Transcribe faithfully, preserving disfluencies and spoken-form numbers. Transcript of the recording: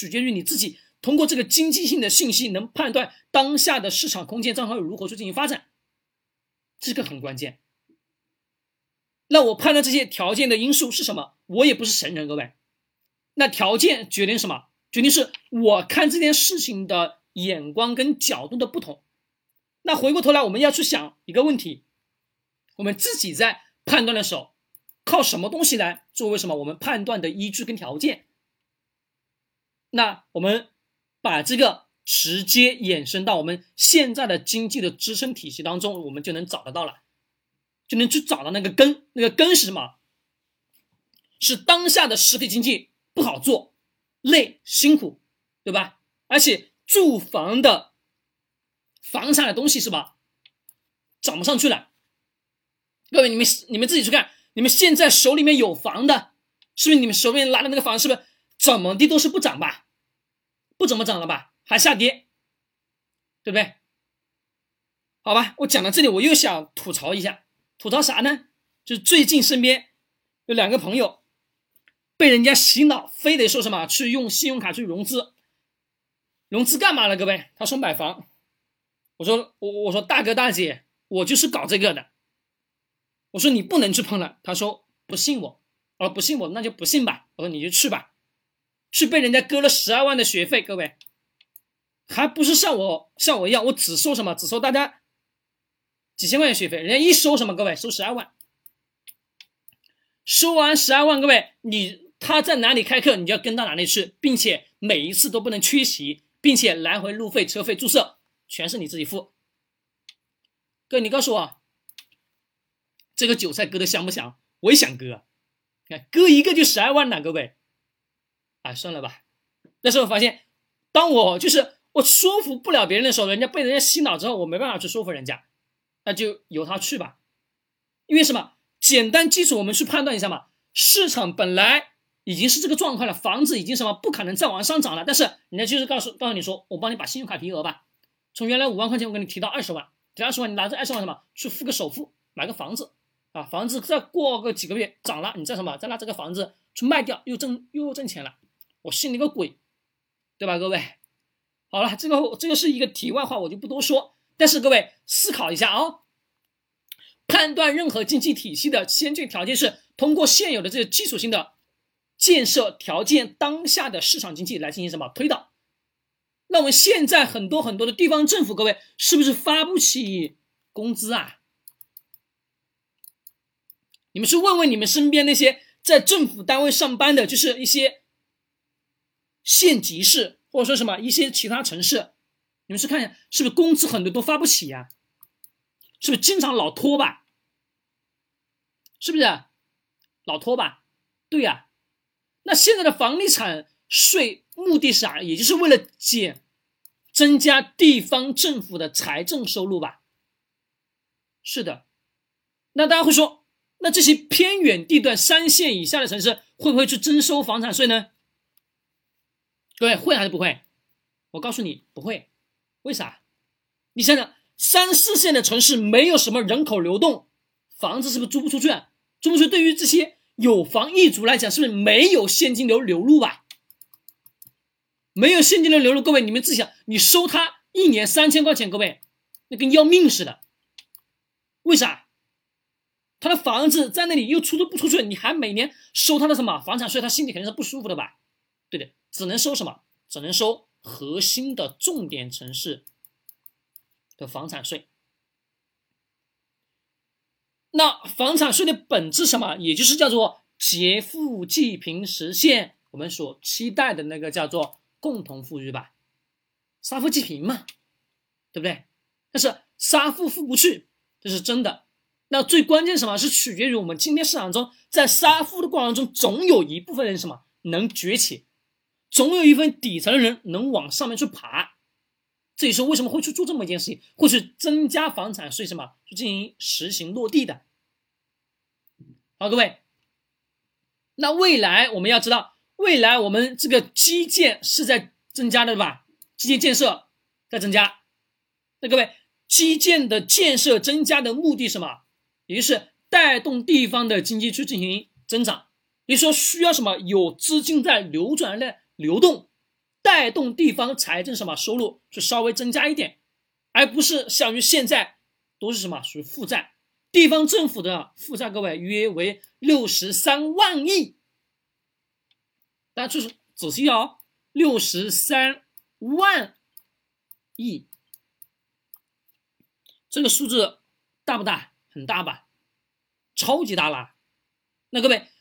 取决于你自己通过这个经济性的信息能判断当下的市场空间正好如何去进行发展，这个很关键。那我判断这些条件的因素是什么？我也不是神人，各位。那条件决定什么？决定是我看这件事情的眼光跟角度的不同。那回过头来，我们要去想一个问题：我们自己在判断的时候，靠什么东西来作为什么我们判断的依据跟条件？那我们把这个直接衍生到我们现在的经济的支撑体系当中，我们就能找得到了，就能去找到那个根。那个根是什么？是当下的实体经济不好做，累辛苦，对吧？而且住房的房产的东西是吧，涨不上去了。各位，你们你们自己去看，你们现在手里面有房的，是不是你们手里面拿的那个房，是不是怎么地都是不涨吧？不怎么涨了吧？还下跌，对不对？好吧，我讲到这里，我又想吐槽一下，吐槽啥呢？就是最近身边有两个朋友被人家洗脑，非得说什么去用信用卡去融资，融资干嘛了？各位，他说买房，我说我我说大哥大姐，我就是搞这个的，我说你不能去碰了，他说不信我，我说不信我那就不信吧，我说你就去吧，去被人家割了十二万的学费，各位，还不是像我像我一样，我只收什么，只收大家几千块钱学费，人家一收什么，各位收十二万，收完十二万，各位你他在哪里开课，你就要跟到哪里去，并且每一次都不能缺席，并且来回路费、车费、注册全是你自己付。各位，你告诉我，这个韭菜割的香不香？我也想割，割一个就十二万了，各位，哎，算了吧。但是我发现，当我就是我说服不了别人的时候，人家被人家洗脑之后，我没办法去说服人家，那就由他去吧。因为什么？简单基础我们去判断一下嘛。市场本来已经是这个状况了，房子已经什么不可能再往上涨了，但是人家就是告诉告诉你说，我帮你把信用卡提额吧，从原来五万块钱我给你提到二十万，提二十万，你拿着二十万什么去付个首付买个房子啊，房子再过个几个月涨了，你再什么再拿这个房子去卖掉，又挣又挣钱了，我信你个鬼，对吧？各位，好了，这个这个是一个题外话，我就不多说。但是各位思考一下啊、哦，判断任何经济体系的先决条件是通过现有的这个基础性的建设条件，当下的市场经济来进行什么推导。那我们现在很多很多的地方政府，各位是不是发不起工资啊？你们去问问你们身边那些在政府单位上班的，就是一些县级市或者说什么一些其他城市，你们去看一下，是不是工资很多都发不起呀、啊？是不是经常老拖吧？是不是老拖吧？对呀、啊。那现在的房地产税目的是啥？也就是为了减增加地方政府的财政收入吧？是的。那大家会说，那这些偏远地段三线以下的城市会不会去征收房产税呢？各位，会还是不会？我告诉你，不会。为啥？你想想，三四线的城市没有什么人口流动，房子是不是租不出去啊？租不出去，对于这些有房一族来讲，是不是没有现金流流入吧？没有现金流流入，各位你们自己想，你收他一年三千块钱，各位那跟要命似的。为啥？他的房子在那里又出租不出去，你还每年收他的什么房产税，他心里肯定是不舒服的吧？对的，只能收什么？只能收核心的重点城市的房产税。那房产税的本质什么？也就是叫做劫富济贫，实现我们所期待的那个叫做共同富裕吧，杀富济贫嘛，对不对？但是杀富富不去，这是真的。那最关键什么？是取决于我们今天市场中，在杀富的过程中，总有一部分人什么能崛起，总有一份底层的人能往上面去爬。这也是为什么会去做这么一件事情，会去增加房产税什么，去进行实行落地的。好，各位，那未来我们要知道，未来我们这个基建是在增加的，对吧？基建建设在增加。那各位，基建的建设增加的目的是什么？也就是带动地方的经济去进行增长。也就是说，需要什么？有资金在流转的流动。 带动地方财政什么收入是稍微增加一点，而不是像于现在都是什么属于负债。地方政府的负债各位约为六十三万亿，大家就是仔细哦，六十三万亿，这个数字大不大？很大吧，超级大啦。那各位，